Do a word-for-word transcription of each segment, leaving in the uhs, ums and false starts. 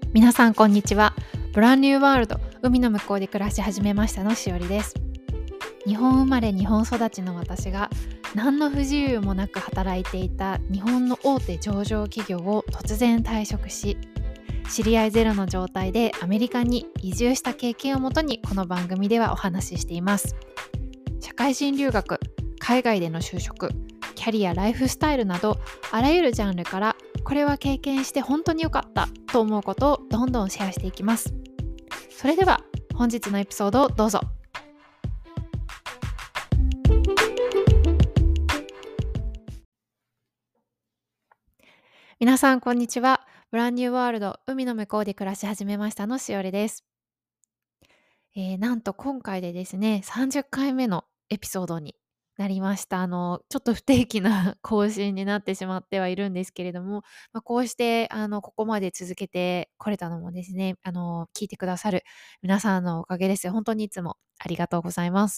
皆さんこんにちは。ブランニューワールド、海の向こうで暮らし始めましたのしおりです。日本生まれ日本育ちの私が何の不自由もなく働いていた日本の大手上場企業を突然退職し、知り合いゼロの状態でアメリカに移住した経験をもとにこの番組ではお話ししています。社会人留学、海外での就職、キャリア、ライフスタイルなどあらゆるジャンルからこれは経験して本当に良かったと思うことをどんどんシェアしていきます。それでは本日のエピソードをどうぞ。皆さんこんにちは。ブランニューワールド、海の向こうで暮らし始めましたのしおりです。えー、なんと今回でですね、さんじゅっかいめのエピソードになりました。あの、ちょっと不定期な更新になってしまってはいるんですけれども、まあ、こうして、あの、ここまで続けてこれたのもですね、あの、聞いてくださる皆さんのおかげです。本当にいつもありがとうございます。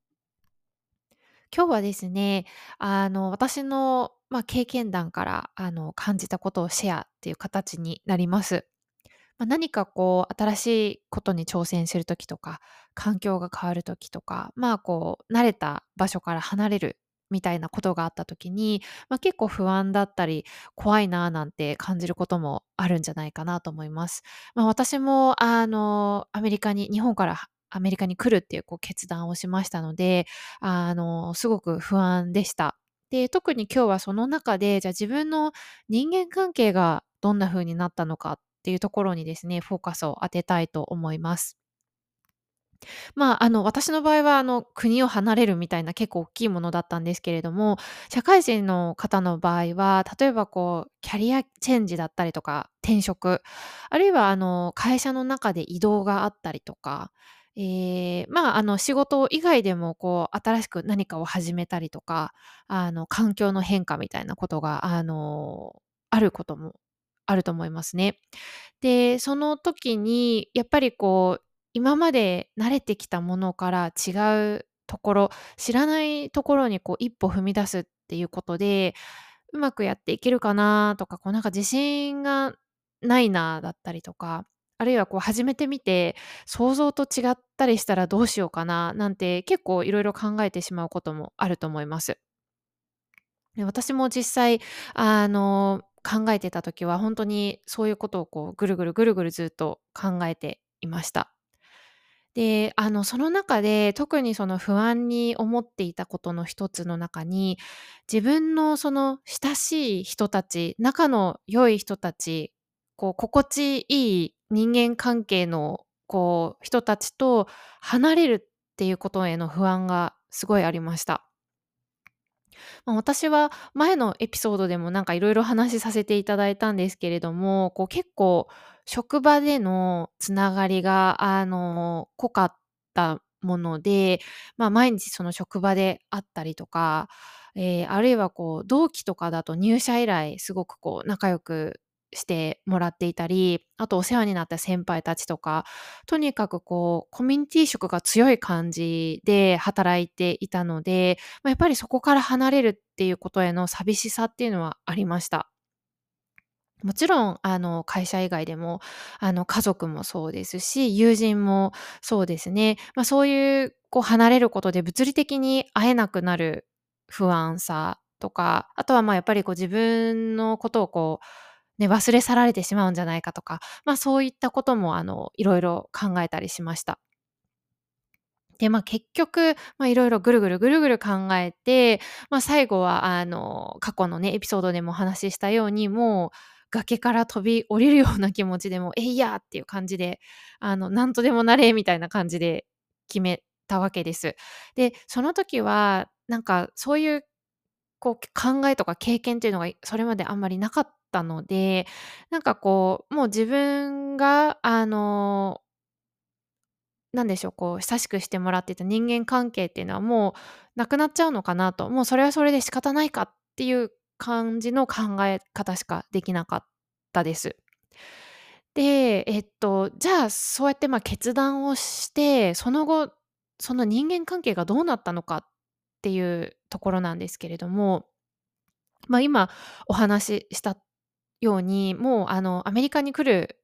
今日はですね、あの、私の、まあ、経験談から、あの、感じたことをシェアっていう形になります。まあ、何かこう新しいことに挑戦する時とか、環境が変わる時とか、まあ、こう慣れた場所から離れるみたいなことがあった時に、まあ、結構不安だったり、怖いななんて感じることもあるんじゃないかなと思います。まあ、私もあの、アメリカに日本からアメリカに来るっていうこう決断をしましたので、あの、すごく不安でした。で、特に今日はその中で、じゃあ自分の人間関係がどんな風になったのかっていうところにですね、フォーカスを当てたいと思います。まあ、あの、私の場合は、あの、国を離れるみたいな結構大きいものだったんですけれども、社会人の方の場合は、例えばこう、キャリアチェンジだったりとか、転職、あるいはあの、会社の中で移動があったりとか、ええ、まあ、あの、仕事以外でもこう、新しく何かを始めたりとか、あの、環境の変化みたいなことが、あの、あることもあると思いますね。で、その時にやっぱりこう、今まで慣れてきたものから違うところ、知らないところにこう一歩踏み出すっていうことで、うまくやっていけるかなとか、こうなんか自信がないなだったりとか、あるいはこう始めてみて、想像と違ったりしたらどうしようかななんて結構いろいろ考えてしまうこともあると思います。で、私も実際、あの、考えてた時は、ほんとにそういうことをこう、ぐるぐるぐるぐるずっと考えていました。で、あの、その中で特にその不安に思っていたことの一つの中に、自分のその親しい人たち、仲の良い人たち、こう心地いい人間関係のこう、人たちと離れるっていうことへの不安がすごいありました。まあ、私は前のエピソードでもなんかいろいろ話させていただいたんですけれども、こう結構職場でのつながりが、あの、濃かったもので、まあ、毎日その職場で会ったりとか、えーあるいはこう同期とかだと入社以来すごくこう仲良くしてもらっていたり、あとお世話になった先輩たちとか、とにかくこうコミュニティ色が強い感じで働いていたので、まあ、やっぱりそこから離れるっていうことへの寂しさっていうのはありました。もちろん、あの、会社以外でも、あの、家族もそうですし、友人もそうですね。まあ、そういう、こう、離れることで物理的に会えなくなる不安さとか、あとは、ま、やっぱりこう自分のことをこう、ね、忘れ去られてしまうんじゃないかとか、ま、そういったことも、あの、いろいろ考えたりしました。で、ま、結局、ま、いろいろぐるぐるぐるぐる考えて、ま、最後はあの、過去のね、エピソードでもお話ししたように、もう崖から飛び降りるような気持ちで、もう、えいやっていう感じで、あの、なんとでもなれみたいな感じで決めたわけです。で、その時は、なんかそういう、こう、考えとか経験っていうのが、それまであんまりなかったので、なんかこう、もう自分があのなんでしょう、こう親しくしてもらってた人間関係っていうのはもうなくなっちゃうのかなと、もうそれはそれで仕方ないかっていう感じの考え方しかできなかったです。で、えっと、じゃあ、そうやって、ま、決断をして、その後、その人間関係がどうなったのかっていうところなんですけれども、ま、今お話ししたように、もうあのアメリカに来る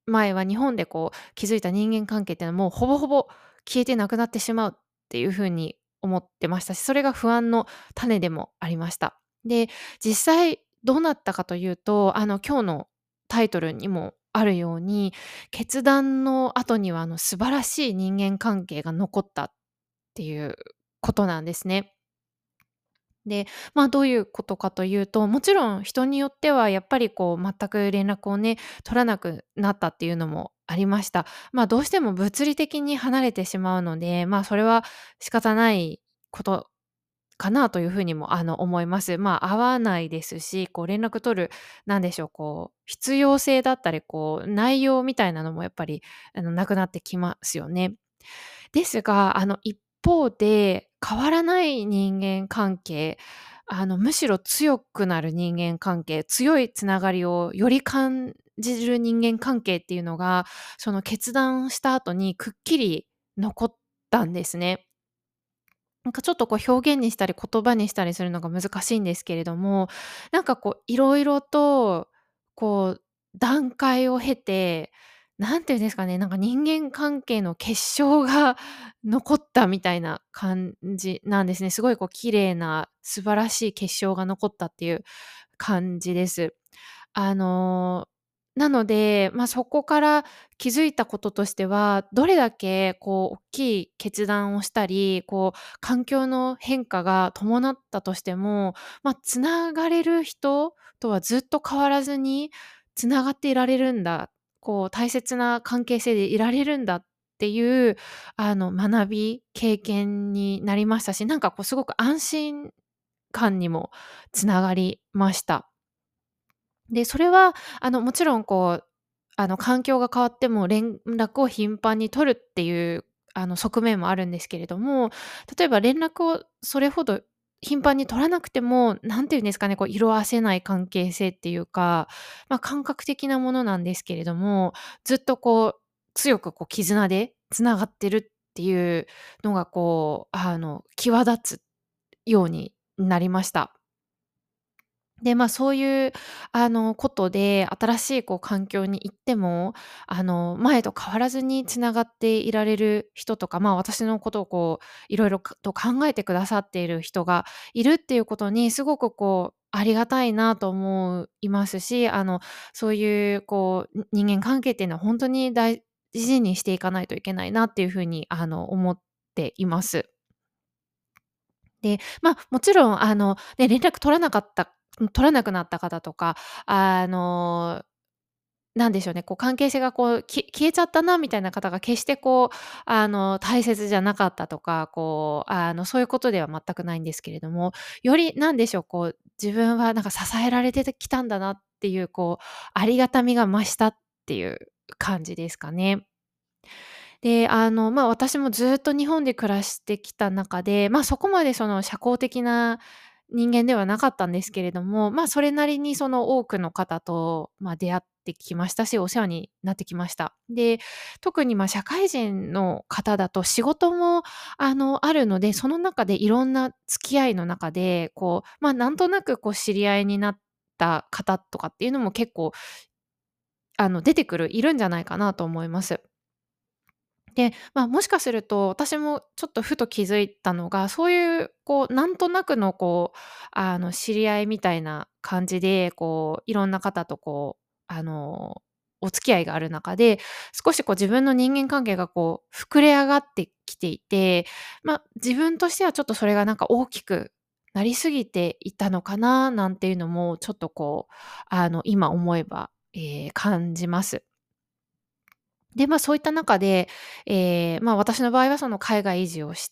前は日本でこう築いた人間関係っていうのはもうほぼほぼ消えてなくなってしまうっていう風に思ってましたし、それが不安の種でもありました。で、実際どうなったかというと、あの今日のタイトルにもあるように、決断の後にはあの素晴らしい人間関係が残ったっていうことなんですね。で、まあ、どういうことかというと、もちろん人によってはやっぱりこう全く連絡をね、取らなくなったっていうのもありました。まあ、どうしても物理的に離れてしまうので、まあ、それは仕方ないことかなというふうにもあの思います。まあ、会わないですし、こう連絡取る、なんでしょう、こう必要性だったり、こう内容みたいなのもやっぱりあのなくなってきますよね。ですが、あの、一方で、変わらない人間関係、あの、むしろ強くなる人間関係、強いつながりをより感じる人間関係っていうのが、その決断した後にくっきり残ったんですね。なんかちょっとこう表現にしたり言葉にしたりするのが難しいんですけれども、なんかこういろいろと、こう段階を経て、なんていうんですかね、なんか人間関係の結晶が残ったみたいな感じなんですね。すごいこう綺麗な素晴らしい結晶が残ったっていう感じです。あの、なので、ま、そこから気づいたこととしては、どれだけこう大きい決断をしたり、こう環境の変化が伴ったとしても、ま、繋がれる人とはずっと変わらずに繋がっていられるんだ、こう大切な関係性でいられるんだっていう、あの学び、経験になりましたし、なんかこうすごく安心感にも繋がりました。で、それは、あの、もちろんこう、あの、環境が変わっても連絡を頻繁に取るっていう、あの、側面もあるんですけれども、例えば連絡をそれほど頻繁に取らなくても、何て言うんですかね、こう色褪せない関係性っていうか、ま、感覚的なものなんですけれども、ずっとこう、強くこう絆で繋がってるっていうのがこう、あの、際立つようになりました。で、ま、そういう、あの、ことで、新しいこう環境に行っても、あの、前と変わらずに繋がっていられる人とか、まあ、私のことをこう、いろいろかと考えてくださっている人がいるっていうことに、すごくこう、ありがたいなと思いますし、あの、そういうこう、に人間関係っていうのはほんとに大事にしていかないといけないなっていう風に、あの、思っています。で、ま、もちろんあの、ね、連絡取らなかったん、取らなくなった方とか、あの、なんでしょうね、こう関係性がこう、き消えちゃったなみたいな方が決してこう、あの、大切じゃなかったとか、こう、あの、そういうことでは全くないんですけれども、よりなんでしょう、こう、自分はなんか支えられててきたんだなっていう、こう、ありがたみが増したっていう感じですかね。で、あの、まあ、私もずっと日本で暮らしてきた中で、まあ、そこまでその社交的な人間ではなかったんですけれども、まあ、それなりにその多くの方と、まあ、出会ってきましたし、お世話になってきました。で、特に、ま、社会人の方だと仕事も、あの、あるので、その中でいろんな付き合いの中で、こう、まあ、なんとなくこう知り合いになった方とかっていうのも結構、あの、出てくるいるんじゃないかなと思います。で、まあ、もしかすると、私もちょっとふと気づいたのが、そういうこう、なんとなくのこう、あの、知り合いみたいな感じで、こう、いろんな方とこう、あの、お付き合いがある中で、少しこう自分の人間関係がこう、膨れ上がってきていて、ま、自分としてはちょっとそれがなんか大きくなりすぎていたのかななんていうのも、ちょっとこう、あの、今思えば、ええ、感じます。で、ま、そういった中で、ええ、ま、私の場合はその海外移住をして、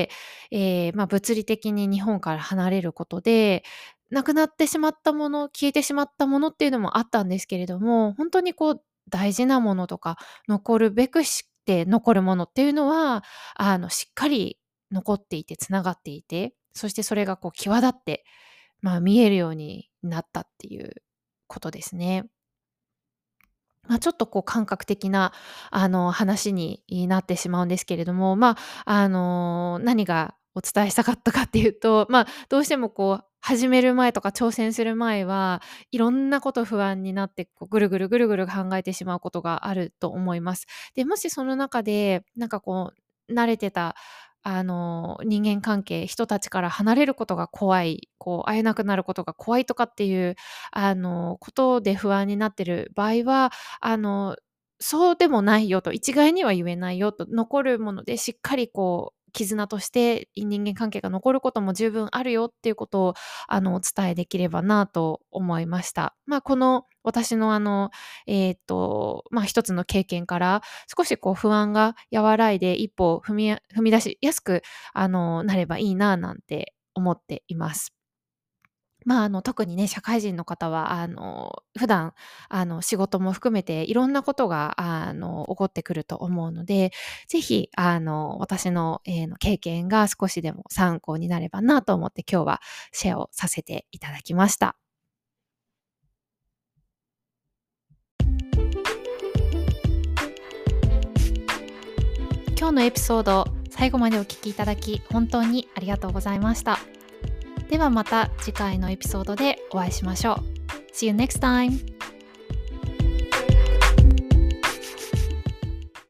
ええ、ま、物理的に日本から離れることで、なくなってしまったもの、消えてしまったものっていうのもあったんですけれども、ほんとにこう大事なものとか、残るべくして残るものっていうのは、あの、しっかり残っていて繋がっていて、そしてそれがこう際立って、まあ、見えるようになったっていうことですね。まあ、ちょっとこう感覚的な、あの、話になってしまうんですけれども、まあ、あの、何がお伝えしたかったかっていうと、まあ、どうしてもこう始める前とか挑戦する前はいろんなこと不安になってこうぐるぐるぐるぐる考えてしまうことがあると思います。で、もしその中でなんかこう慣れてたあの人間関係、人たちから離れることが怖い、こう会えなくなることが怖いとかっていうあのことで不安になってる場合は、あのそうでもないよと、一概には言えないよと、残るものでしっかりこう絆として人間関係が残ることも十分あるよっていうことをあのお伝えできればなと思いました。まあ、この私のあの、えっと、まあ、一つの経験から少しこう不安が和らいで一歩踏みや踏み出しやすくあのなればいいななんて思っています。まあ、あの、特にね、社会人の方は、あの、普段、あの、仕事も含めていろんなことが、あの、起こってくると思うので、ぜひ、あの、私の、えーの経験が少しでも参考になればなと思って今日はシェアをさせていただきました。今日のエピソード、最後までお聞きいただき、本当にありがとうございました。ではまた次回のエピソードでお会いしましょう。See you next time!